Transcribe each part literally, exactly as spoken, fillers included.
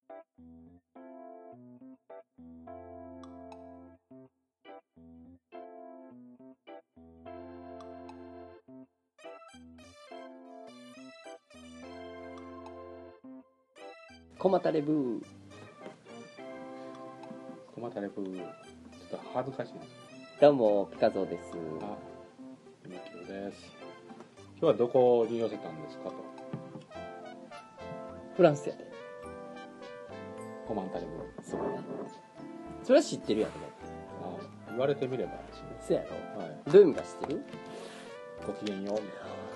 コマタレブー。 コマタレブー。ちょっと恥ずかしいです。 どうもピカゾーです。 あ、今日です。今日はどこに寄せたんですかと。 フランスやで。 コマタレブー。 そうや。それは知ってるやろ。 あ、言われてみればですね。 そうやろ。 はい。 どういう意味か知ってる？ ごきげんようみたい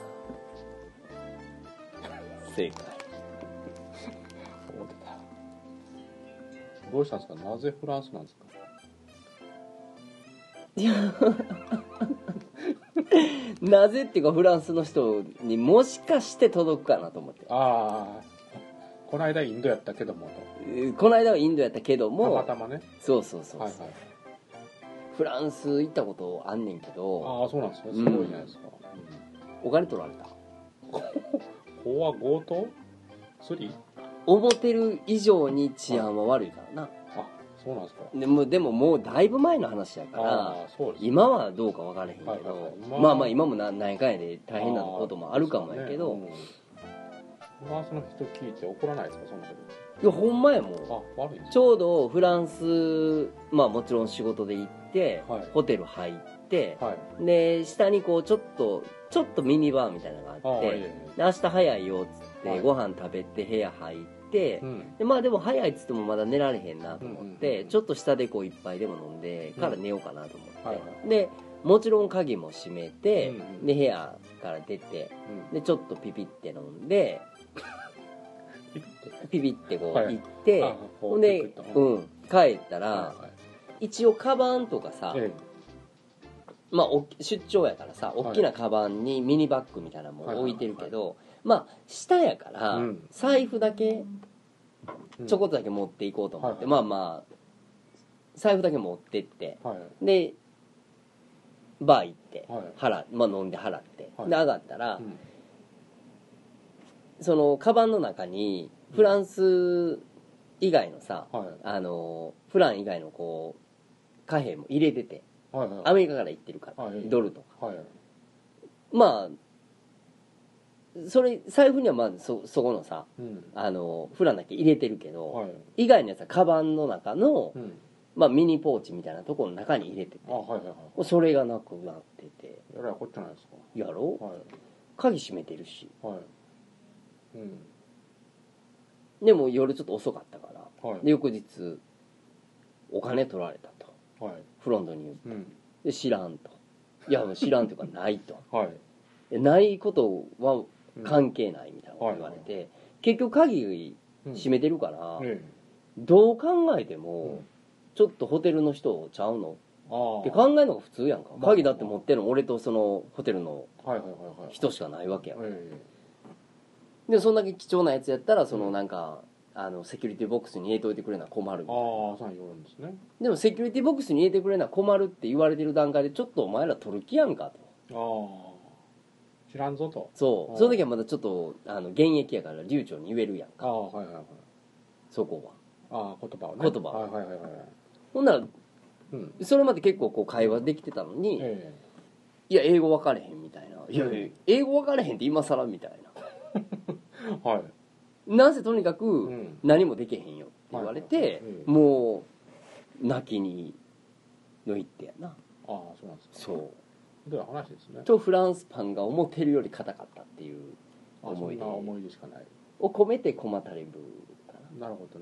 な。 正解。 思ってた。どうしたんですか？なぜフランスなんですか？ いやなぜっていうかフランスの人にもしかして届くかなと思って。 ああ、この間インドやったけどもと。 この間はインドやったけども、 たまたまね。 そうそうそうそう、 はいはい。 フランス行ったことあんねんけど、 ああ、そうなんですね。すごいじゃないですか。 うん、お金取られた。 ここは強盗？スリ？ 思ってる以上に治安は悪いからな。 あ、そうなんですか。 でもでももうだいぶ前の話やから、 そうですね、 今はどうか分からへんけど、はいはいはい、まあまあ今も何回かやで大変なこともあるかもやけど、ね、 うん、フランスの人聞いて怒らないですか、そんなこと。 いやほんまやもん。 あ、悪いです。 ちょうどフランス、まあもちろん仕事で行って、はい、ホテル入って、はい、で下にこうちょっとちょっとミニバーみたいなのがあって、あ、いいね、で明日早いよっつって、はい、ご飯食べて部屋入って、うん、でまあでも早いっつってもまだ寝られへんなと思って、うんうん、ちょっと下でこう一杯でも飲んでから寝ようかなと思って、うん、はいはい、でもちろん鍵も閉めて、うんうん、で部屋から出て、うん、でちょっとピピって飲んでピピってこう行って、はい、ほんで、うん、帰ったら、はいはい、一応カバンとかさ、ええ、まあ出張やからさ、大きなカバンにミニバッグみたいなのも置いてるけど、はいはいはい、まあ下やから、うん、財布だけちょこっとだけ持っていこうと思って、うん、まあまあ財布だけ持ってって、はい、でバー行って、はい、払まあ飲んで払って、はい、で上がったら、うん、そのカバンの中にフランス以外のさ、はい、あのフラン以外のこう貨幣も入れてて、はいはい、アメリカから行ってるから、はい、ドルとか、はい、まあそれ財布にはまあ そ, そこのさ、うん、あのフランだけ入れてるけど、はい、以外のやつはカバンの中の、うん、まあ、ミニポーチみたいなところの中に入れてて、あ、はいはいはい、それがなくなってて、 やらいこっちゃないですか。 やろ、はい、鍵閉めてるし、はい、うん、でも夜ちょっと遅かったから、はい、で翌日お金取られたと、はい、フロントに言って、うん、で知らんと、いや知らんというかないと、はい、ないことは関係ないみたいなこと言われて、うん、はいはい、結局鍵閉めてるから、うん、どう考えても、うん、ちょっとホテルの人ちゃうのって考えるのが普通やんか、まあ、鍵だって持ってるの俺とそのホテルの人しかないわけやん、はいはいはいはい、でそんだけ貴重なやつやったらそのなんか、うん、あのセキュリティボックスに入れといてくれな困るみたいな。ああ、そう言われるんですね。でもセキュリティボックスに入れてくれな困るって言われてる段階でちょっとお前ら取る気やんかと。ああ、 知らんぞと。 そう、その時はまだちょっとあの現役やから流暢に言えるやんか。ああ、はいはいはい。そこは。ああ、言葉をね。 言葉を。はいはいはいはい。ほんなら、うん、それまで結構こう会話できてたのに、えー、いや英語分かれへんみたいな。いや、うん、英語分かれへんって今更みたいな。はい。なんせとにかく何もできへんよって言われて、はいはいはい、もう泣きにの一手やな。ああ、そうなんですか。 そう。 では話ですね。 とフランスパンが思ってるより硬かったっていう思い出。 あ、そんな思い出しかない。 を込めてコマタレブかな。なるほどね。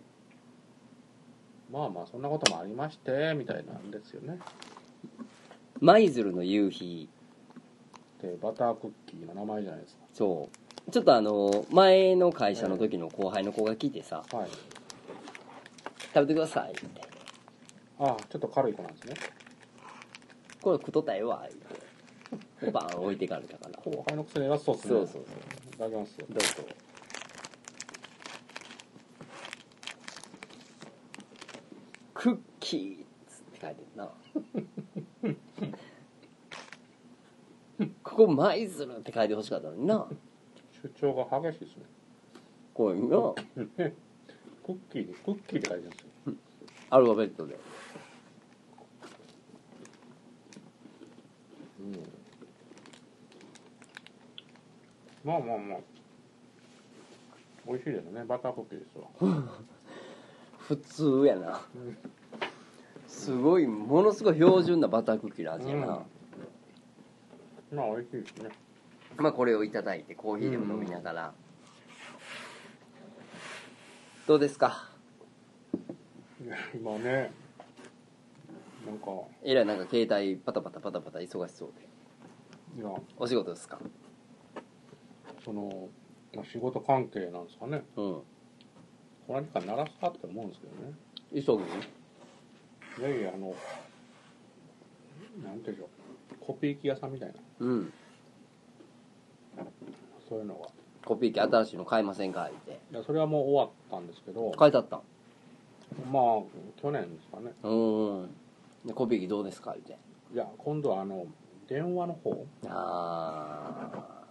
うん、まあまあそんなこともありましてみたいなんですよね。 舞鶴の夕日ってバタークッキーの名前じゃないですか。 そう。ちょっとあの前の会社の時の後輩の子が来てさ、はい、食べてくださいって。 ああ、ちょっと軽い子なんですね。 これ食っとったらええわ言うてバーン置いてかれたから後輩のくせに偉そうっすね。 そうそうそう、 いただきます。 どうぞ。クッキーって書いてるなここ舞鶴って書いてほしかったのにな。 主張が激しいですね。 こういうなクッキーでクッキーって書いてるんですよ、 うん、アルファベットで。 うん、まあまあまあ美味しいですね。バタークッキーですわ普通やな、うん、すごいものすごい標準なバタークッキーの味やな、うん、 まあ美味しいですね。 まあこれをいただいてコーヒーでも飲みながら、うん、どうですか。 いや今ねなんかえらいなんか携帯パタパタパタパタ忙しそうで。いやお仕事ですか。 その、まあ、仕事関係なんですかね。うん。この時間鳴らすかって思うんですけどね。 急ぐいやいやあのなんていうんでしょう、コピー機屋さんみたいな。うん。そういうのが。 コピー機新しいの買いませんかって。 いやそれはもう終わったんですけど。 買いたったん。 まあ去年ですかね。 うん。でコピー機どうですかって。 いや今度はあの電話の方。あ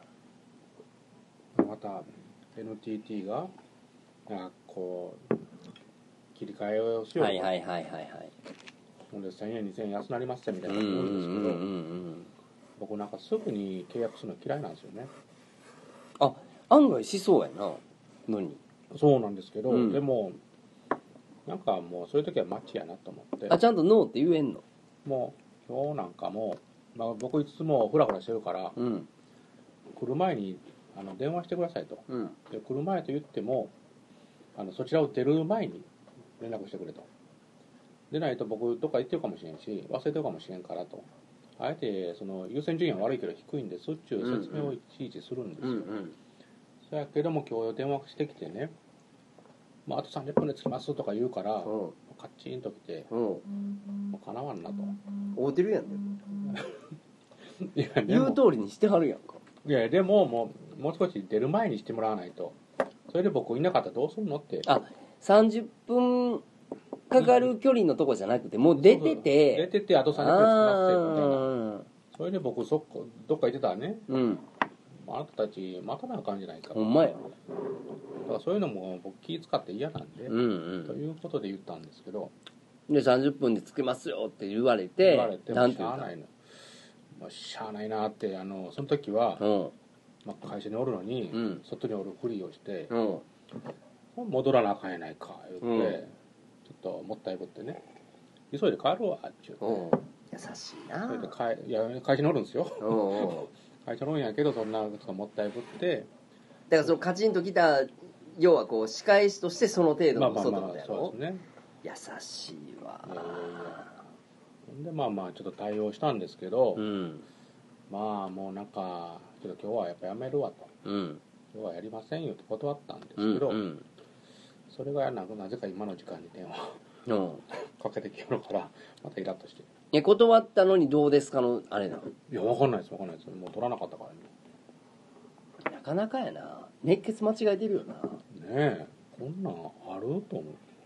あ。また エヌティーティー がなんかこう切り替えをしようと。はいはいはいはいはい。ほんでせんえんにせんえん安なりますってみたいなこと言うんですけど、僕なんかすぐに契約するの嫌いなんですよね。 あ、案外しそうやなのに。 そうなんですけど、うん、でもなんかもうそういう時はマッチやなと思って。 あ、ちゃんとノーって言えんの。 もう今日なんかも、まあ、僕いつもフラフラしてるから、うん、来る前にあの電話してくださいと、うん、で来る前と言ってもあのそちらを出る前に連絡してくれと。でないと僕どっか行ってるかもしれんし忘れてるかもしれんからと。あえてその優先順位は悪いけど低いんですっていう説明をいちいちするんですよ。うんうん、そやけども今日電話してきてね、まあ、あとさんじゅっぷんで着きますとか言うから、うん、カッチンと来て、うん、もうかなわんなと。 会うてるやんねいや言う通りにしてはるやんか。 いやでももうもう少し出る前にしてもらわないと。それで僕いなかったらどうするのって。 あ、さんじゅっぷんかかる距離のとこじゃなくてもう出てて出ててあとさんじゅっぷんで着きますってみたいな。それで僕そこどっか行ってたらね、うん、あなたたち待たなあかんじゃないか。 ほんまや。だからそういうのも僕気使って嫌なんで、うんうん、ということで言ったんですけど、 でさんじゅっぷんで着きますよって言われて言われてもしゃあないの、まあ、しゃあないなって。あのその時は、うんまあ、会社におるのに、うん、外におるふりをして、うん、戻らなあかんやないか言って、うん、ちょっともったいぶってね急いで帰るわって言って、うん、 優しいな。 それでかいいや会社におるんですよ会社におるんやけどそんなもったいぶって、 だからそのカチンときた要はこう仕返しとしてその程度の嘘とかだよ。そうですね。優しいわ。いやいやいやでまあまあちょっと対応したんですけど、うん、まあもうなんかちょっと今日はやっぱやめるわと、うん、今日はやりませんよって断ったんですけど、うんうん、それがななぜか今の時間に電話をかけてきるからまたイラッとして。 え断ったのにどうですかのあれなの。 いや分かんないです分かんないです。もう取らなかったからね。なかなかやな。熱血間違えてるよな。ねえこんなんあると思う。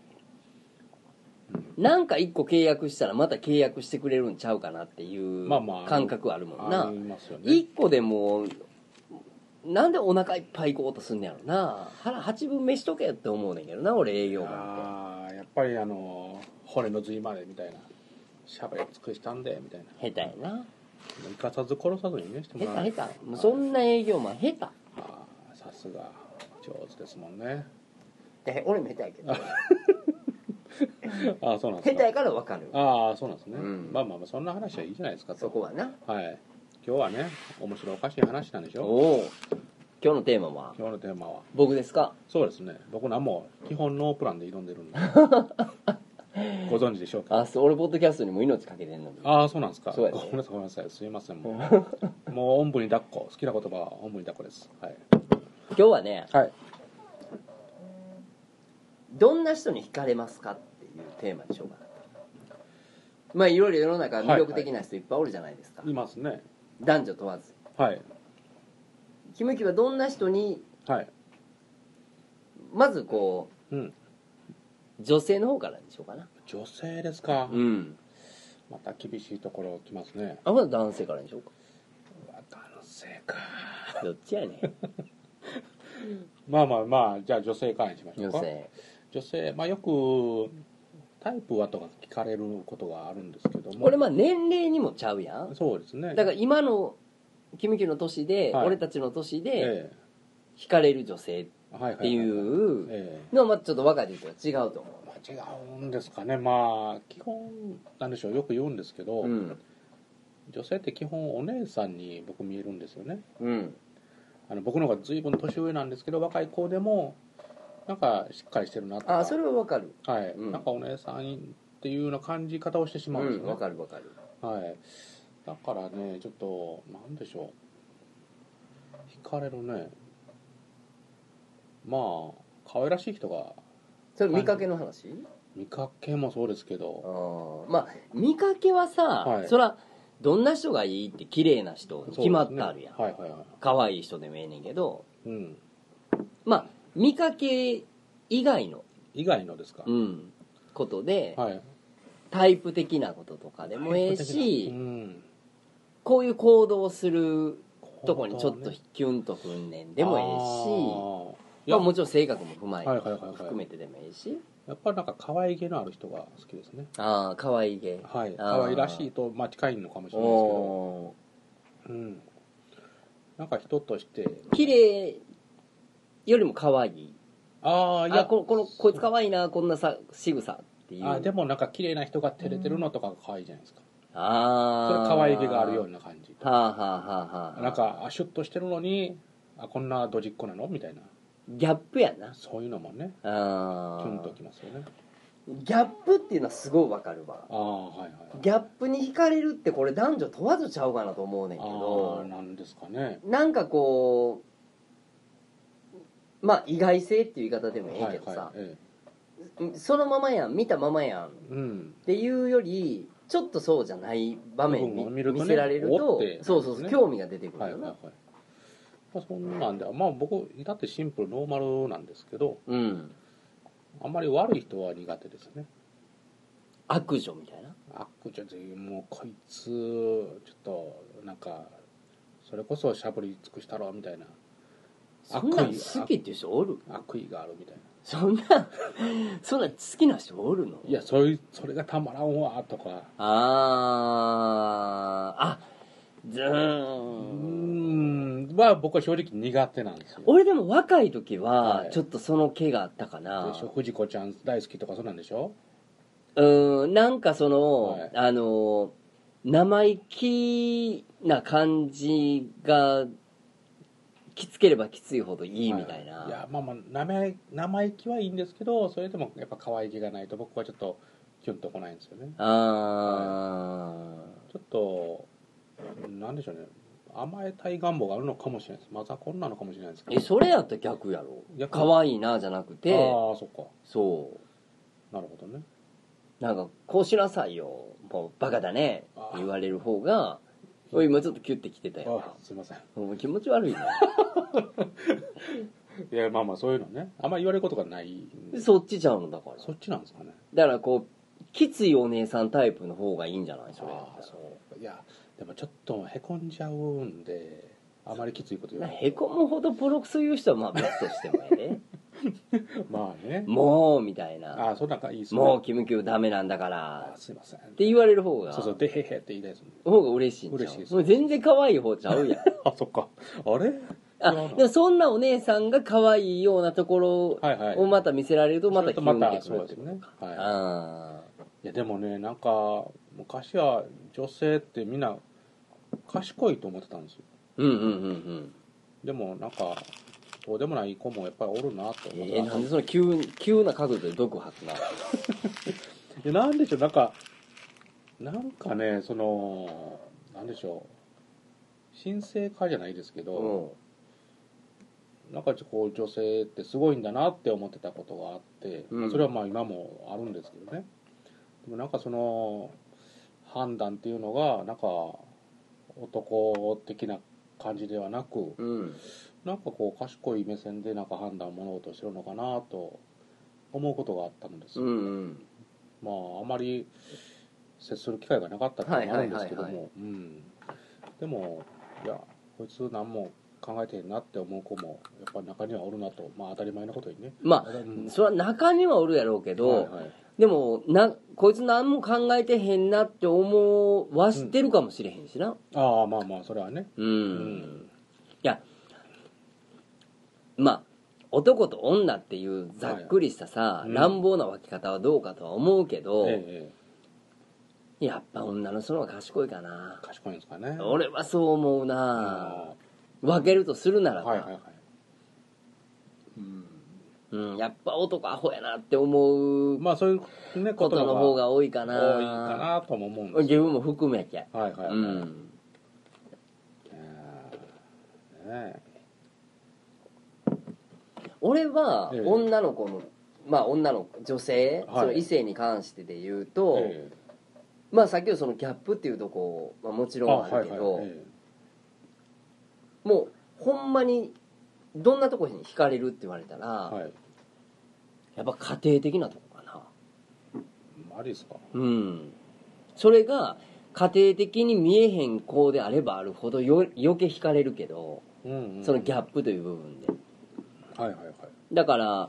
なんか一個契約したらまた契約してくれるんちゃうかなっていう感覚あるもんな。一個でもなんでお腹いっぱい行こうとすんねやろな。腹八分飯とけって思うねんけどな俺営業マンって。 ああやっぱりあの骨の髄までみたいな喋り尽くしたんでみたいな。 下手やな。 生かさず殺さずにねしてもらう。 下手下手。もうそんな営業マン下手。ああさすが上手ですもんね。 え俺も下手やけど。 ああそうなんですか。 下手やから分かる。 ああそうなんですね、うん、まあまあまあそんな話はいいじゃないですかと。 そこはな。 はい今日はね面白おかしい話なんでしょ。 おお今日のテーマは今日のテーマは僕ですか。 そうですね僕なんも基本ノープランで挑んでるんでご存知でしょうか。 あそう俺ポッドキャストにも命かけてんのに。 ああそうなんですか。 そうやね、 ごめんなさいごめんなさいすいませんもうもうおんぶに抱っこ好きな言葉はおんぶに抱っこです。はい今日はね、はい、どんな人に惹かれますかっていうテーマにしようかな。まあいろいろ世の中魅力的な人いっぱいおるじゃないですか、 はいはい、いますね男女問わず。はいキムキはどんな人に、はい、まずこう、うん、女性の方からにしようかな。 女性ですか。うんまた厳しいところ来ますね。 あまだ男性からにしようか。 男性かどっちやねんまあまあまあじゃあ女性からにしましょうか。 女性女性、まあ、よくタイプはとか聞かれることがあるんですけども、 これまあ年齢にもちゃうやん。 そうですね。 だから今のキムキュの年で、はい、俺たちの年で、ええ惹かれる女性っていうのはまあちょっと若い時とは違うと思う、 まあ、違うんですかね。まあ基本なんでしょう、よく言うんですけど、うん、女性って基本お姉さんに僕見えるんですよね、うん、あの僕の方が随分年上なんですけど、若い子でもなんかしっかりしてるなとか、 あそれはわかる、 はい、うん、なんかお姉さんっていうような感じ方をしてしまうんですよね。 わ、うん、かるわかる、 はい、だからねちょっとなんでしょう、惹かれるね、まあ可愛らしい人が、 それ見かけの話？ 見かけもそうですけど、 あまあ見かけはさ、はい、そらどんな人がいいって綺麗な人決まってあるやん、ね、はいはいはい、可愛い人でもええねんけど、うん、まあ見かけ以外の以外のですか、 うん、ことで、はい、タイプ的なこととかでもええし、うん、こういう行動をするとこにちょっとキュンとくんねんでもええし、まあ、もちろん性格も踏まえて、はいはいはいはい、含めてでもいいし、 やっぱりなんか可愛げのある人が好きですね。 ああ可愛げ、 はい、可愛らしいと、まあ、近いのかもしれないですけど、うん、なんか人として綺麗よりも可愛い、ああいやこのこのこいつ可愛いな、こんなさ仕草っていう、 あでもなんか綺麗な人が照れてるのとかが可愛いじゃないですか、うん、ああそれ可愛げがあるような感じ、はあはあはあはあ、なんかシュッとしてるのにあこんなドジっ子なのみたいなギャップやな、 そういうのもね、あキュンときますよね。 ギャップっていうのはすごいわかるわ。あ、はいはいはい、ギャップに惹かれるってこれ男女問わずちゃうかなと思うねんけど、 あなんですかね、 なんかこうまあ意外性っていう言い方でもええけどさ、はいはい、ええ、そのままやん見たままやん、うん、っていうよりちょっとそうじゃない場面に 見, 見せられると、ね、そうそうそう、ね、興味が出てくるよな、はいはいはい、 まあ、そんなんでまあ僕だってシンプルノーマルなんですけど、うん、あんまり悪い人は苦手ですね。 悪女みたいな、 悪女でもうこいつちょっとなんかそれこそしゃぶり尽くしたろみたいな、 そんなん好きっていう人おる？ 悪意があるみたいな、 そんなそんな好きな人おるの？ いやそれそれがたまらんわとか、 あーあずーんは僕は正直苦手なんですよ。 俺でも若い時はちょっとその気があったかな、 はい、でしょ、藤子ちゃん大好きとかそうなんでしょ。 うーんなんかその、はい、あの生意気な感じがきつければきついほどいいみたいな、 はい、いやまあまあ生意生意気はいいんですけど、それでもやっぱ可愛げがないと僕はちょっとキュンとこないんですよね。ああ、はい、ちょっとなんでしょうね、甘えたい願望があるのかもしれないです。またこんなのかもしれないですけど、 えそれやったら逆やろ、可愛いなじゃなくて、 ああそっか、 そうなるほどね、 なんかこうしなさいよもうバカだねって言われる方が今ちょっとキュッてきてたよ。 あすいません、 もう気持ち悪いねいやまあまあそういうのねあんまり言われることがない。 そっちちゃうのだから、 そっちなんですかね。 だからこうきついお姉さんタイプの方がいいんじゃないそれ。あそういやでもちょっとへこんじゃうんであまりきついこと言わない。 へこむほどボロクソ言う人はまあ別としてもええねまあね、 もうみたいな、 あそんなんかいいっすね、 もうキムキューダメなんだからあすいませんって言われる方が、 そうそうでへへって言いたいですね、 方が嬉しいんちゃう。嬉しいです、ね、もう全然可愛い方ちゃうやんあそっかあれあでもそんなお姉さんが可愛いようなところをまた見せられるとまたキュンってくるってことね、はい、 あいやでもねなんか昔は女性ってみんな賢いと思ってたんですよ。うんうんうんうんでもなんかどうでもない子もやっぱりおるなと思って、 えー、なんでその急急な角度で毒吐くないやなんでしょう、なんかなんかねそのなんでしょう、神聖化じゃないですけど、うん、なんかこう女性ってすごいんだなって思ってたことがあって、うん、それはまあ今もあるんですけどね。でもなんかその判断っていうのがなんか男的な感じではなく、うん、なんかこう賢い目線でなんか判断物事をしてるのかなと思うことがあったんですよ、うんうん、まああまり接する機会がなかったっていうのもあるんですけども、でもいやこいつ何も考えてんなって思う子もやっぱり中にはおるなと、まあ当たり前のことにね。 まあ、うん、それは中にはおるやろうけど、はいはい、でもなこいつ何も考えてへんなって思わしてるかもしれへんしな、うん、 ああまあまあそれはね、 うん、うん、いやまあ男と女っていうざっくりしたさ、はい、乱暴な分け方はどうかとは思うけど、ええ、やっぱ女の人の方が賢いかな。 賢いんですかね。 俺はそう思うな。分けるとするならば、はいはいはい、うん、うん、やっぱ男アホやなって思う、 まあそういう、ね、 ことの方が多いかな。 多いかなとも思うんです。 自分も含めて。 はいはいはい。うん、 ね、俺は女の子の、ええ、まあ女の女性、はい、その異性に関してで言うと、ええ、まあさっきのそのギャップっていうとこ、まあ、もちろんあるけど、はいはい、ええ、もうほんまにどんなとこに惹かれるって言われたら、はい、やっぱ家庭的なとこかな。 マジですか。 うん。それが家庭的に見えへん子であればあるほどよ余計惹かれるけど、うんうんうん、そのギャップという部分で。 はいはいはい。 だから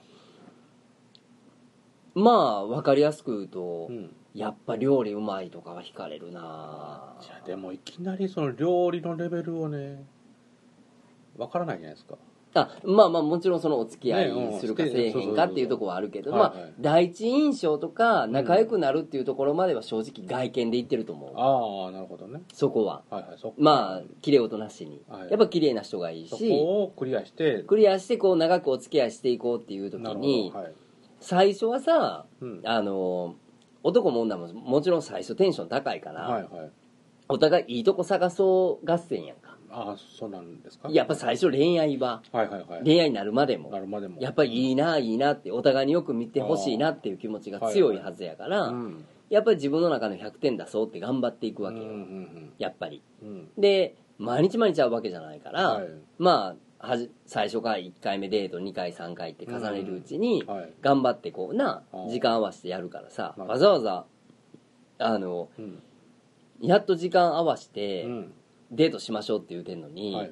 まあ分かりやすく言うと、うん、やっぱ料理うまいとかは惹かれるな。 じゃあでもいきなりその料理のレベルをね分からないじゃないですか。 あまあまあもちろんそのお付き合いするかせえへんかっていうところはあるけど、まあ第一印象とか仲良くなるっていうところまでは正直外見で言ってると思う、うん、 ああなるほどね。 そこは、はいはい、そまあ綺麗事なしに、はい、やっぱ綺麗な人がいいし、そこをクリアしてクリアしてこう長くお付き合いしていこうっていう時に、はい、最初はさ、うん、あの男も女ももちろん最初テンション高いから、はいはい、お互いいいとこ探そう合戦やんか。 ああそうなんですか。 やっぱ最初恋愛は、はいはいはい、恋愛になるまでもなるまでもやっぱりいいないいなってお互いによく見てほしいなっていう気持ちが強いはずやから、はいはい、うん、やっぱり自分の中のひゃくてん出そうって頑張っていくわけよ、うんうんうん、やっぱり、うん、で毎日毎日会うわけじゃないから、はい、まあはじ最初からいっかいめデートにかいさんかいって重ねるうちに、うんはい、頑張ってこうな時間合わせてやるからさ、わざわざあの、うん、やっと時間合わせて、うんデートしましょうって言うてんのに、はいはい、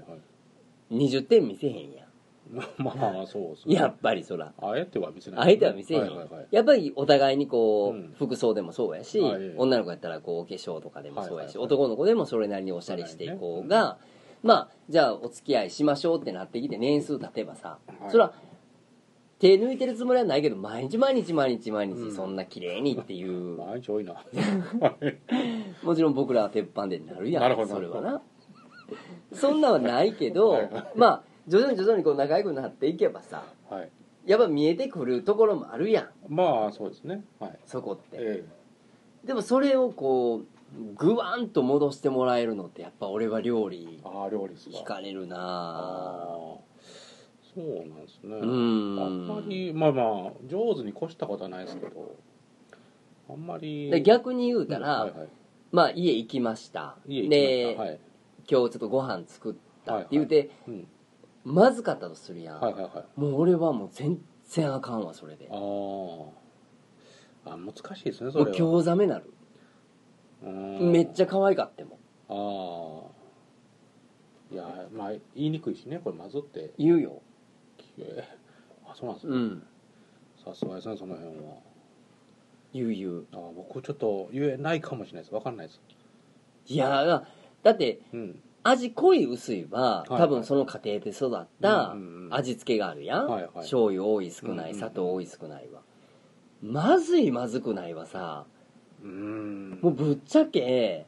にじゅってん見せへんやん。 まあそうですね。 やっぱりそらあえては見せない、 ね、あえては見せへん、はいはいはい、やっぱりお互いにこう、うん、服装でもそうやし、はい、女の子やったらこうお化粧とかでもそうやし、はいはいはい、男の子でもそれなりにおしゃれしていこうが、はいね、まあじゃあお付き合いしましょうってなってきて年数経てばさ、はい、そら手抜いてるつもりはないけど毎日毎日毎日毎日そんな綺麗にっていう、うん、 毎日多いなもちろん僕らは鉄板でなるやん。なるほどそれはなそんなんはないけど、はいはい、まあ徐々に徐々にこう仲良くなっていけばさ、はい、やっぱ見えてくるところもあるやん。 まあそうですね、はい、 そこって、ええ、でもそれをこうグワンと戻してもらえるのってやっぱ俺は料理あ料理ですか。 惹かれるなあ。 そうなんですね。うんあんまりまあまあ上手に越したことはないですけどあんまりで逆に言うたら、うんはいはい、まあ家行きました家行きました、 で、はい今日ちょっとご飯作ったって言うて、はいはいうん、まずかったとするやん、はいはいはい、もう俺はもう全然あかんわそれで。ああ難しいですねそれは。 もう興ざめなる。めっちゃ可愛かっても。ああいやまあ言いにくいしねこれまずって言うよ。 あそうなんですね、うん、さすがですねその辺は。 言う言う。 あ僕ちょっと言えないかもしれないです分かんないです。 いやだって、うん、味濃い薄いは、はいはい、多分その家庭で育った味付けがあるやん、はいはい、醤油多い少ない砂糖多い少ないは、まずいまずくないはさうーんもうぶっちゃけ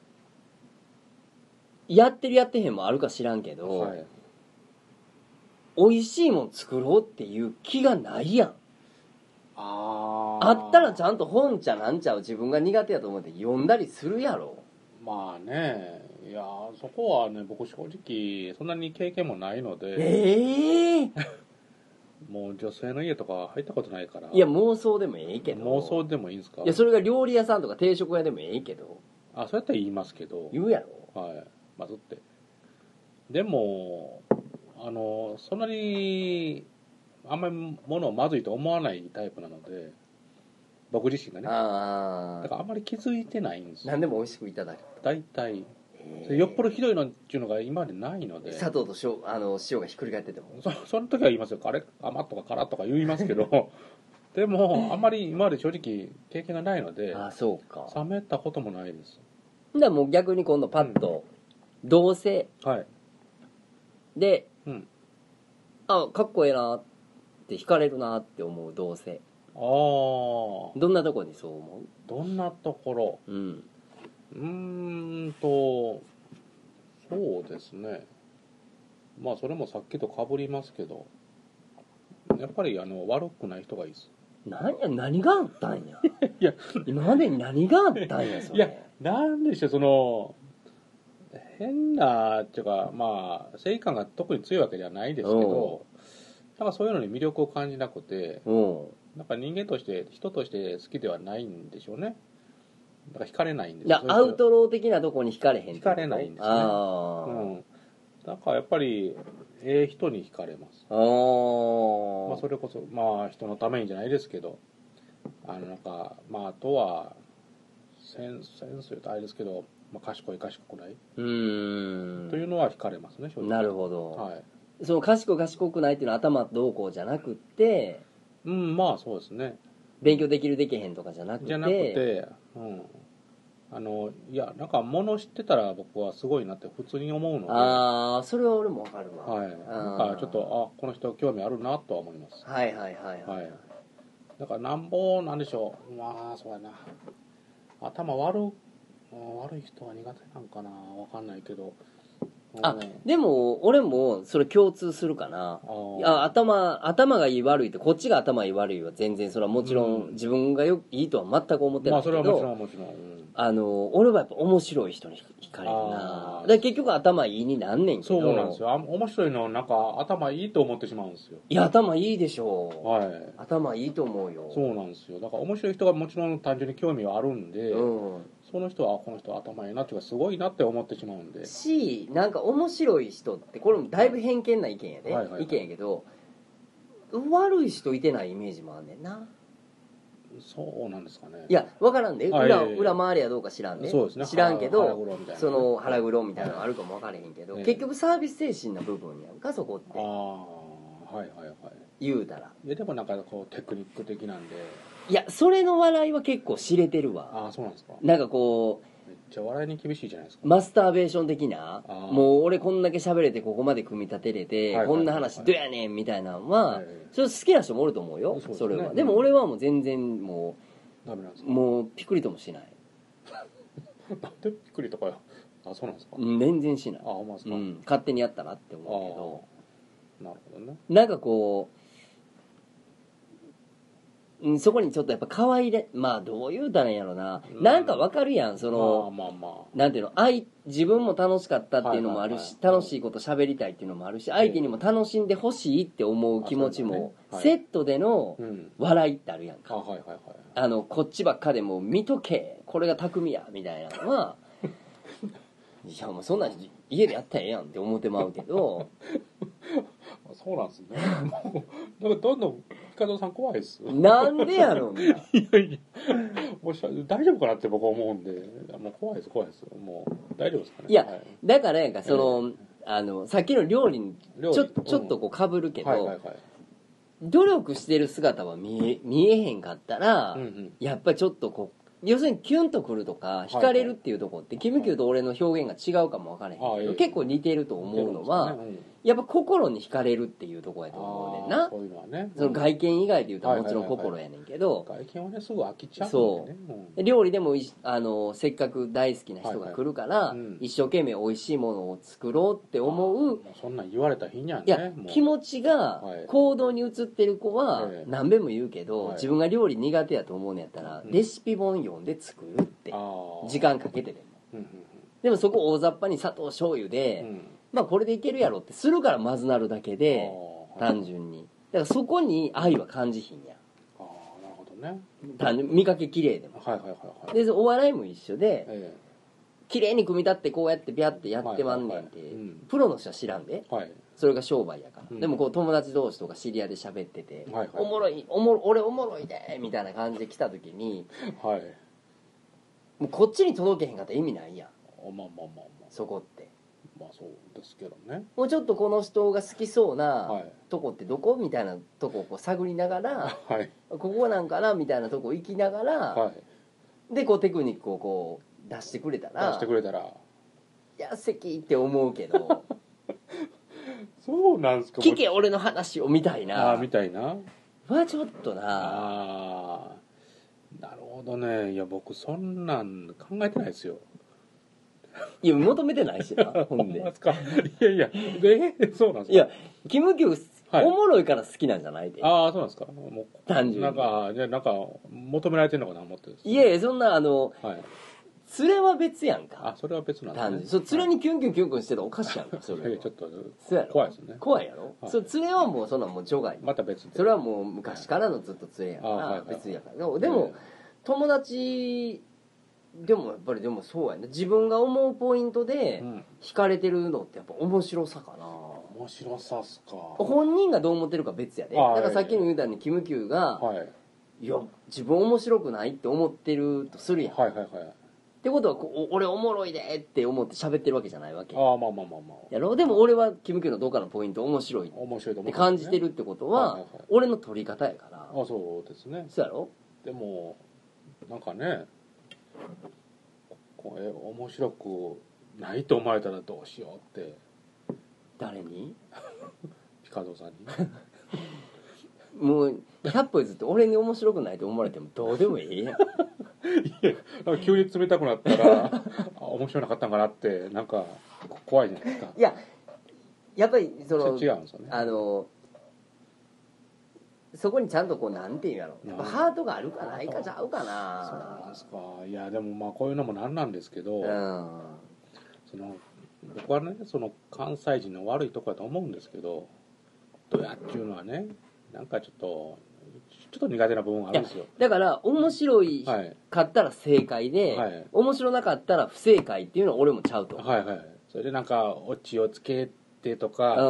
やってるやってへんもあるか知らんけど、はい、美味しいもん作ろうっていう気がないやん。ああったらちゃんと本ちゃなんちゃを自分が苦手やと思って読んだりするやろ。 まあねいやそこはね僕正直そんなに経験もないのでええー、 もう女性の家とか入ったことないから。 いや妄想でもええけど。 妄想でもいいんですか。 いやそれが料理屋さんとか定食屋でもええけど。 あそうやったら言いますけど言うやろ。 はいまずってでもあのそんなにあんまりものをまずいと思わないタイプなので僕自身がねあだからあんまり気づいてないんですよ。 何でも美味しくいただく大体よっぽどひどいのっていうのが今までないので、 砂糖と塩あの塩がひっくり返っててもそ, その時は言いますよ、あれ甘とか辛とか言いますけどでもあんまり今まで正直経験がないので、 あそうか、 冷めたこともないです。 だからもう逆に今度パッと、うん、同性、 はい、 で、 うん、 あかっこええなって惹かれるなって思う同性、 ああどんなとこにそう思う？ どんなところ、うんうーんとそうですね、まあそれもさっきとかぶりますけど、やっぱりあの悪くない人がいいです。 何や何があったんやいや今までに何があったんやそれ。 いやなんでしょう、その変なっていうか、まあ正義感が特に強いわけではないですけど、なんかそういうのに魅力を感じなくて、なんか人間として人として好きではないんでしょうね。だから惹かれないんですよ。 アウトロー的なとこに惹かれへん。 惹かれないんですね。あ、うん、だからやっぱりええ人に惹かれます。あ、まあそれこそまあ人のためにじゃないですけど、あのなんかまああとはセンスセンスとあれですけど、まあ、賢い賢くない、うーんというのは惹かれますね、正直。 なるほど。はい。その賢い賢くないっていうのは頭どうこうじゃなくて、 うん、まあそうですね。 勉強できるできへんとかじゃなくて、 じゃなくて、うん、あのいやなんか物知ってたら僕はすごいなって普通に思うので。 ああ、それは俺もわかるわ。 はい。なんかちょっとあこの人興味あるなとは思います。 はいはいはいはい。はい、 だからなんぼなんでしょう。まあそうやな。頭悪悪い人は苦手なんかな、わかんないけど。 あ、でも俺もそれ共通するかな。いや頭頭がいい悪いって、こっちが頭いい悪いは全然それはもちろん自分がよいいとは全く思ってないけど、まあそれはもちろんもちろん、うん、あの俺はやっぱ面白い人に惹かれるな。だ結局頭いいになんねんけど。 そうなんですよ。面白いのなんか頭いいと思ってしまうんですよ。 いや頭いいでしょう。 はい。 頭いいと思うよ。 そうなんですよ。だから面白い人がもちろん単純に興味はあるんで、うん、その人はこの人は頭いいなっていうかすごいなって思ってしまうんで。 し、なんか面白い人ってこれもだいぶ偏見な意見やで、はいはいはい、意見やけど悪い人いてないイメージもあんねんな。 そうなんですかね。 いや分からんで、裏裏回りはどうか知らんで、そうですね、知らんけどその腹黒みたいなのあるかも分からへんけど、結局サービス精神な部分やんかそこって。ああ、はいはいはい。言うたら。 いやでもなんかこうテクニック的なんで。 いやそれの笑いは結構知れてるわ。 ああそうなんですか。 なんかこうめっちゃ笑いに厳しいじゃないですか。 マスターベーション的な、もう俺こんだけ喋れてここまで組み立てれて、はいはいはいはい、こんな話どうやねんみたいなのは、はいはい、それ好きな人もおると思うよ。 そ, う、ね、それはでも俺はもう全然もうダメなんですか。もうピクリともしないなんでピクリとか。あそうなんですか。 全然しない。あ、まあ、うん、勝手にやったなって思うけど。なるほどね。なんかこうそこにちょっとやっぱ可愛いれ、まあどう言うたらいいんやろな、うん、なんかわかるやん、その、まあまあまあ、なんていうの、愛自分も楽しかったっていうのもあるし、はいはいはい、楽しいこと喋りたいっていうのもあるし、相手にも楽しんでほしいって思う気持ちも、ねはい、セットでの笑いってあるやんか、うん、あ、はいはいはい、あのこっちばっかでも見とけこれが匠やみたいなのはいやもうそんなん家でやったらええやんって思ってまうけどそうなんですね。もうなんかどんどん深澤さん怖いです。 なんでやろういやいやもう大丈夫かなって僕は思うんで、もう怖いです怖いです。もう大丈夫ですかね。 いや、はい、だからなんかその、えー、あのさっきの料理にちょちょっとこうかぶるけど、はいはいはい、努力してる姿は見え見えへんかったら、うんうん、やっぱりちょっとこう要するにキュンとくるとか惹かれるっていうところって、キムキューと俺の表現が違うかも分からへんけど、結構似てると思うのは、やっぱ心に惹かれるっていうところやと思うねんな。そういうのはね、その外見以外で言うともちろん心やねんけど、 外見はねすぐ飽きちゃうんでね。 そう料理でもあのせっかく大好きな人が来るから、はいはいうん、一生懸命美味しいものを作ろうって思う、 そんなん言われた日にはね、 いや気持ちが行動に移ってる子は何べんも言うけど、はい、自分が料理苦手やと思うんやったら、はい、レシピ本読んで作るって時間かけてでも、うんうんうん、でもそこ大雑把に砂糖醤油で、うん、まあこれでいけるやろってするからまずなるだけで、単純にだからそこに愛は感じひんや。ああなるほどね。単純見かけ綺麗でも、はいはいはいはい、でお笑いも一緒で、ええ、綺麗に組み立ってこうやってビャってやってまんねんって、はいはいはい、うん、プロの人は知らんで、はい、それが商売やから、うん、でもこう友達同士とか知り合いで喋ってて、はいはい、おもろいおもろ俺おもろいでみたいな感じで来た時に、はい、もうこっちに届けへんかったら意味ないやん。 まあまあまあまあそこってまあそうですけどね。 もうちょっとこの人が好きそうなとこってどこみたいなとこをこう探りながら、 はい、 ここなんかなみたいなとこ行きながら、はい、でこうテクニックをこう出してくれたら出してくれたらいや席って思うけどそうなんですか。 聞け俺の話をみたいなあみたいなはちょっとなあなるほどね。いや僕そんなん考えてないですよ。 いや求めてないしなほんでいやいやえそうなんですか。 いやキムキュー、はい、おもろいから好きなんじゃないで。 ああそうなんですか。もう単純になんかじゃなんか求められてるのかな思ってるんです。 いやいやそんなあの、はい、連れは別やんか。 あそれは別なんですね。そう連れにキュンキュンキュンキュンしてたらおかしいやんかそれは。いやちょっと怖いですね。 怖いやろ。はい、それ連れはもうそんなんもう除外。 また別で。 それはもう昔からのずっと連れやから、はい、別やから。でも、友達でもやっぱりでもそうやね。自分が思うポイントで惹かれてるのってやっぱ面白さかな。 面白さっすか。 本人がどう思ってるか別やで。だからさっきの言うたようにキムキューが、はい、いや自分面白くないって思ってるとするやん。はいはいはい。ってことはこ俺おもろいでって思って喋ってるわけじゃないわけ。 ああまあまあまあまあ。 やろ。でも俺はキムキューのどっかのポイント面白いって感じてるってことは、はいはいはい、俺の取り方やから。 あそうですね。 そうやろ。 でもなんかね。これ面白くないと思われたらどうしようって誰にピカゾさんにもうひゃっぽ譲って俺に面白くないと思われてもどうでもいいやんいや急に冷たくなったら面白なかったんかなってなんか怖いじゃないですか。 いややっぱりその違うんですよね。 あのそこにちゃんとこうなんていうんやろやっぱハートがあるかないかちゃうかな。 そうなんですか。いやでもまあこういうのもなんなんですけど、うん、その僕はねその関西人の悪いところだと思うんですけどどうやっていうのはねなんかちょっとちょっと苦手な部分があるんですよ。 だから面白いかったら正解で、はい、面白なかったら不正解っていうのは俺もちゃうと思う。 はいはい。それでなんかオチをつけとか、うんうん、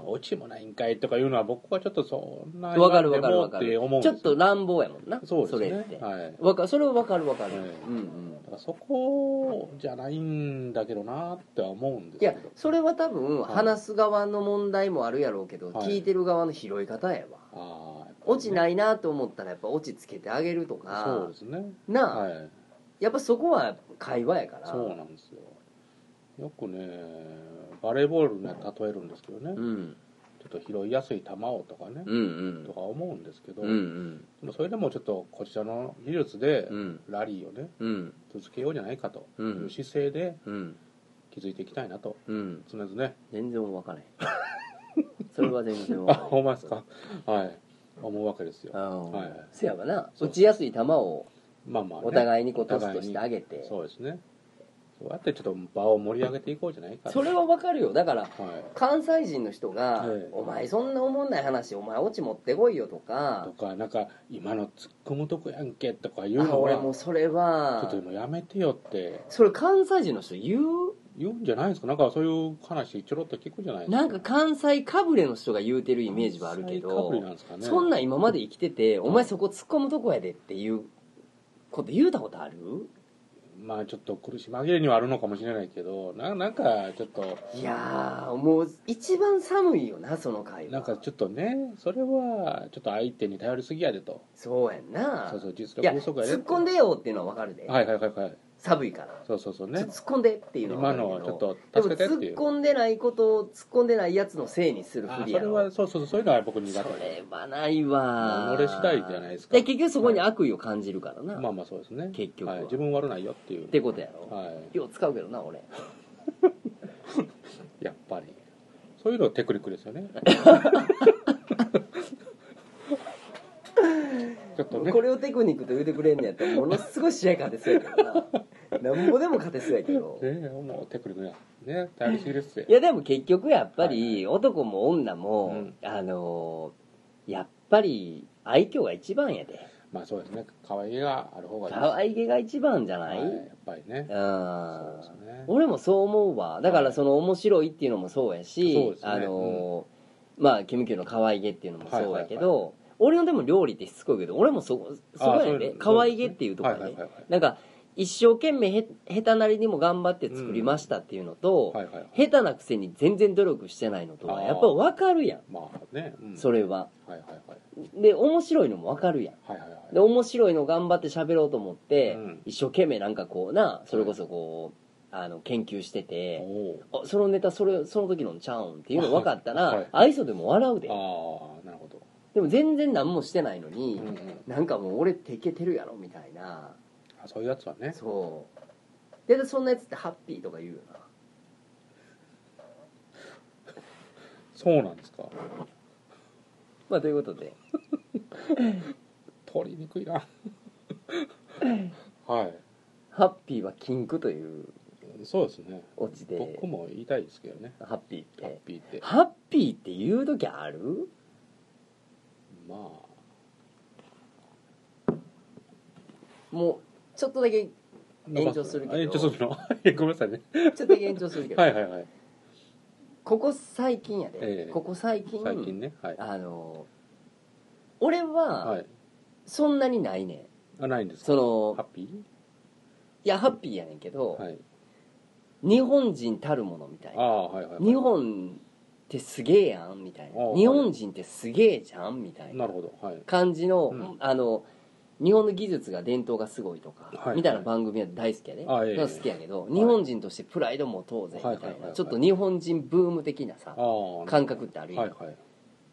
オチもないんかいとかいうのは僕はちょっとそんな分かる分かる分かるって思うんですよ。ちょっと乱暴やもんな。 そうですね。 それって、 はい、 わかそれは分かる分かる、はい、うんうん、 だからそこじゃないんだけどなっては思うんですけど。 いやそれは多分話す側の問題もあるやろうけど、はい、聞いてる側の拾い方やわ。あ、ね、オチないなと思ったらやっぱオチつけてあげるとか。 そうですね。 なあ、はい、やっぱそこは会話やから。 そうなんですよ。よくねバレーボールに例えるんですけどね、うん、ちょっと拾いやすい球をとかね、うんうん、とか思うんですけど、うんうん、でもそれでもちょっとこちらの技術でラリーをね、うん、続けようじゃないかという姿勢で築いていきたいなと、うん、常々ね。 全然分からへんそれは全然分からへん。 あ、ほんまですか。はい思うわけですよ。 はい、せやわな打ちやすい球をまあまあ、ね、 お互いにこうトスとしてあげて、 そうですね。そうやってちょっと場を盛り上げていこうじゃないか。 それはわかるよ。だから、はい、関西人の人が、はい、お前そんなおもんない話お前オチ持ってこいよとかとかなんか今の突っ込むとこやんけとか言うのは俺もうそれはちょっと今やめてよって。 それ関西人の人言う言うんじゃないですか。なんかそういう話ちょろっと聞くじゃないですか。 なんか関西かぶれの人が言うてるイメージはあるけど、 関西かぶれなんですかね。 そんなん今まで生きてて、お前そこ突っ込むとこやでっていうこと言うたことある？ まあちょっと苦し紛れにはあるのかもしれないけど な, なんかちょっといやーもう一番寒いよなその会話。 なんかちょっとねそれはちょっと相手に頼りすぎやでと。 そうやんな。 そうそう実力不足やで。 突っ込んでよっていうのは分かるで。 はいはいはいはい。 寒いからそうそうそうね。 突っ込んでっていうのは分かるけど、 今のちょっと助けてっていう。 でも突っ込んでないことを突っ込んでないやつのせいにするふりやろ。 それはそうそうそういうのは僕苦手。 それはないわ。 己次第じゃないですか。 で結局そこに悪意を感じるからな、 はい、まあまあそうですね。 結局は、 はい、自分悪ないよっていうってことやろ、 はい、 よう使うけどな俺やっぱりそういうのテクニックですよねちょっとね、 これをテクニックと言うてくれんねやったらものすごい試合勝てそうやけどななんぼでも勝てそうやけどねえもうテクニックやね頼りすぎですよ。 いやでも結局やっぱり、はいはい、男も女も、うん、あのー、やっぱり愛嬌が一番やで。 まあそうですね。可愛げがある方がいい。 可愛げが一番じゃない？はい、 やっぱりね。 うん。そうですね。俺もそう思うわ。だからその面白いっていうのもそうやし、はい、あのーうん、まあキムキューの可愛げっていうのもそうやけど、はいはいはい、俺のでも料理ってしつこいけど、俺もそそこやで。可愛げっていうところで、なんか一生懸命へ下手なりにも頑張って作りましたっていうのと、 はいはいはい、 下手なくせに全然努力してないのとはやっぱ分かるやん、 まあね、うん、 それは、 はいはいはい、 で面白いのも分かるやん、 はいはいはい、 で面白いの頑張って喋ろうと思って、 うん、 一生懸命なんかこうなそれこそこう、はい、あの研究してて、あそのネタそれその時のちゃうんっていうの分かったら、はい、愛想でも笑うで。 ああなるほど。 でも全然何もしてないのに、 うんうん、 なんかもう俺っていけてるやろみたいな、 あそういうやつはね。 そうでそんなやつってハッピーとか言うよな。 そうなんですか。 まあということで取りにくいなはい。 ハッピーは禁句というそうですね。 オチで僕も言いたいですけどね。 ハッピーってハッピーってハッピーって言う時ある？ まあもうちょっとだけ延長するけど、 延長するのごめんなさいねちょっとだけ延長するけどはいはいはい、 ここ最近やで、 えー、 ここ最近最近ね、はい、 あの俺はそんなにないねん、 はい、あないんですか。 そのハッピー？いやハッピーやねんけど、 はい、 日本人たるものみたいな、 あ、はいはいはい、 日本ってすげえやんみたいな、日本人ってすげえじゃんみたいな感じの、 うん、 あの日本の技術が伝統がすごいとか、はいはい、みたいな番組は大好きやで、 はい、 好きやけど、はい、日本人としてプライドも問うぜみたいな、はいはいはいはい、ちょっと日本人ブーム的なさ感覚ってあるやん、はいはい、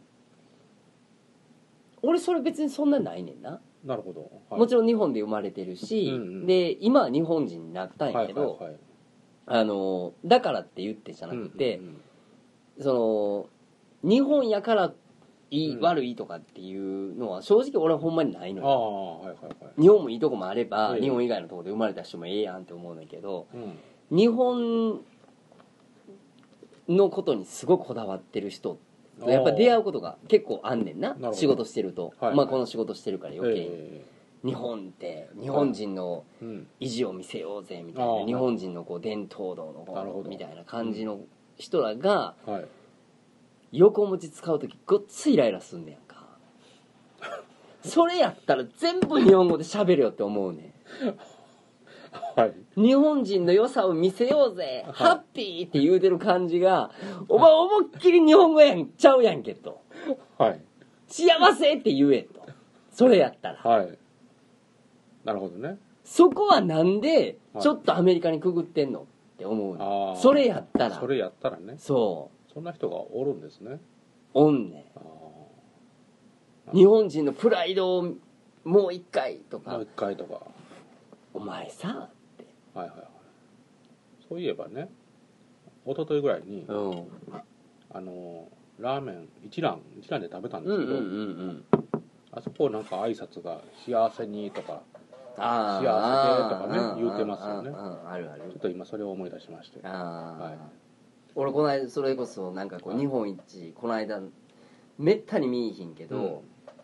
俺それ別にそんなないねんな。 なるほど、 はい、もちろん日本で生まれてるし、うんうん、で今は日本人になったんやけど、はいはいはい、あのだからって言ってじゃなくて、うんうんうん、その日本やからいい、うん、悪いとかっていうのは正直俺はほんまにないのよ。あ、はいはいはい、日本もいいとこもあれば、えー、日本以外のところで生まれた人もええやんって思うんだけど、うん、日本のことにすごくこだわってる人とやっぱ出会うことが結構あんねんな、仕事してると、はいはい、まあこの仕事してるから余計に、えー、日本って日本人の意地を見せようぜみたいな、うん、日本人のこう伝統道の方みたいな感じの人らが、うん、はい、横文字使うときごっついイライラすんねやんかそれやったら全部日本語で喋るよって思うねん、はい、日本人の良さを見せようぜ、はい、ハッピーって言うてる感じがお前思いっきり日本語やんちゃうやんけと、はい、幸せって言えと、それやったら、はい、 なるほどね。 そこはなんでちょっとアメリカにくぐってんのって思うの、はい、それやったらそれやったらね、そうそんな人がおるんですね。 おんねん。日本人のプライドをもう一回とか、 もう一回とか、 お前さって、 はいはいはい、そういえばね、一昨日ぐらいに、うん、あのラーメン一蘭一蘭で食べたんですけど、うんうんうんうん、あそこなんか挨拶が幸せにとか幸せでとかね言うてますよね。あるある。ちょっと今それを思い出しまして、あ、 はい、俺この間それこそなんかこう日本一この間めったに見いひんけど、うん、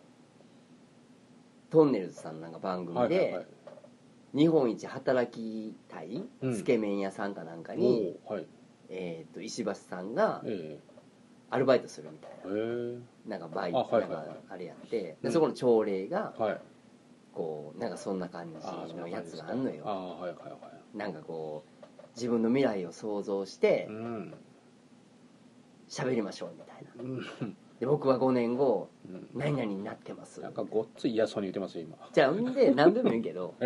トンネルズさんなんか番組で、はいはいはい、日本一働きたいつけ麺屋さんかなんかに、うん、はい、えー、と石橋さんがアルバイトするみたいな、えー、なんかバイト、はいはいはい、なんかあれやって、でそこの朝礼が、はい、こうなんかそんな感じのやつがあんのよ。あ、はいはいはい、なんかこう自分の未来を想像して喋、うん、りましょうみたいな、うん、で僕はごねんご、うん、何々になってます。 なんかごっつい嫌そうに言ってますよ今。 じゃあんで何でもいいけど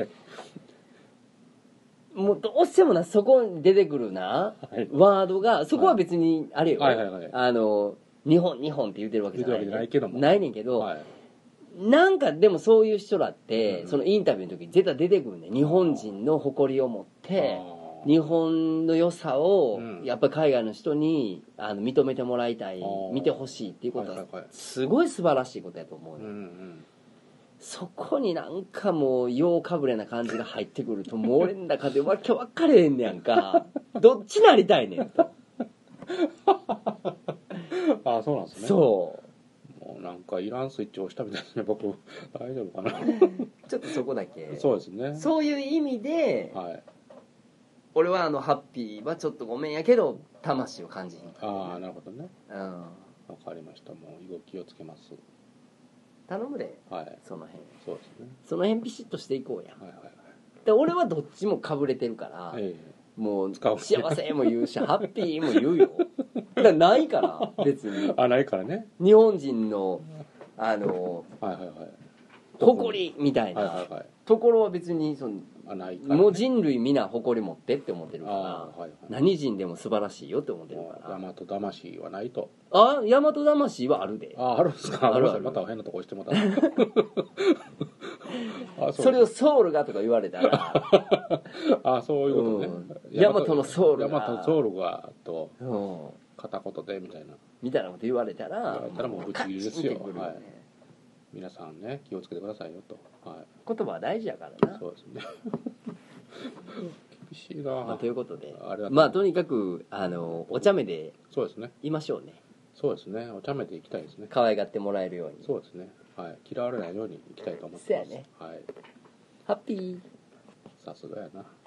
もうどうしてもなそこに出てくるな、はい、ワードがそこは別にあれよ、はいはいはいはい、あの日本日本って言ってるわけじゃない、 ないけどもないねんけど、はい、なんかでもそういう人らって、うん、そのインタビューの時に絶対出てくるね。日本人の誇りを持って日本の良さをやっぱり海外の人にあの認めてもらいたい、見てほしいっていうことはすごい素晴らしいことやと思う、ね、うんうん、そこになんかもうようかぶれな感じが入ってくるともう俺の中でわけ分かれへんねやんかどっちなりたいねんとああそうなんですね。そうもうなんかイランスイッチ押したみたいですね僕。大丈夫かなちょっとそこだけそうですね。 そういう意味で、はい、俺はあのハッピーはちょっとごめんやけど魂を感じひん、ね、 ああなるほどね。うん、分かりました。もう気をつけます。 頼むで、はい、その辺そうですね。 その辺ビシッとしていこうや。 はいはいはい。 で俺はどっちもかぶれてるから、ええ、もう幸せも言うしハッピーも言うよ。だからないから別に。 あ、ないからね。 日本人のあの、はいはいはい、誇りみたいな、はいはいはい、ところは別にそのあないから、ね、もう人類皆誇り持ってって思ってるから、はいはい、何人でも素晴らしいよって思ってるから。 大和魂はないと。 あ、大和魂はあるで。 あ、あるんですか。あるある。また変なとこ押してもらったそれをソウルがとか言われたらあ、そういうことね、 うん、大和のソウルが、 大和のソウルがと、うん、片言でみたいなみたいなこと言われたら、 言われたらもうぶち切りですよ、はい、皆さんね気をつけてくださいよと、はい、 言葉は大事やからな。 そうですね厳しいな、 まあ、ということで、まあとにかくあのお茶目でいましょうね。 そうですね、お茶目でいきたいですね。 可愛がってもらえるように。 そうですね、はい、嫌われないようにいきたいと思ってます。 そうやね、 はい、 ハッピー。 さすがやな。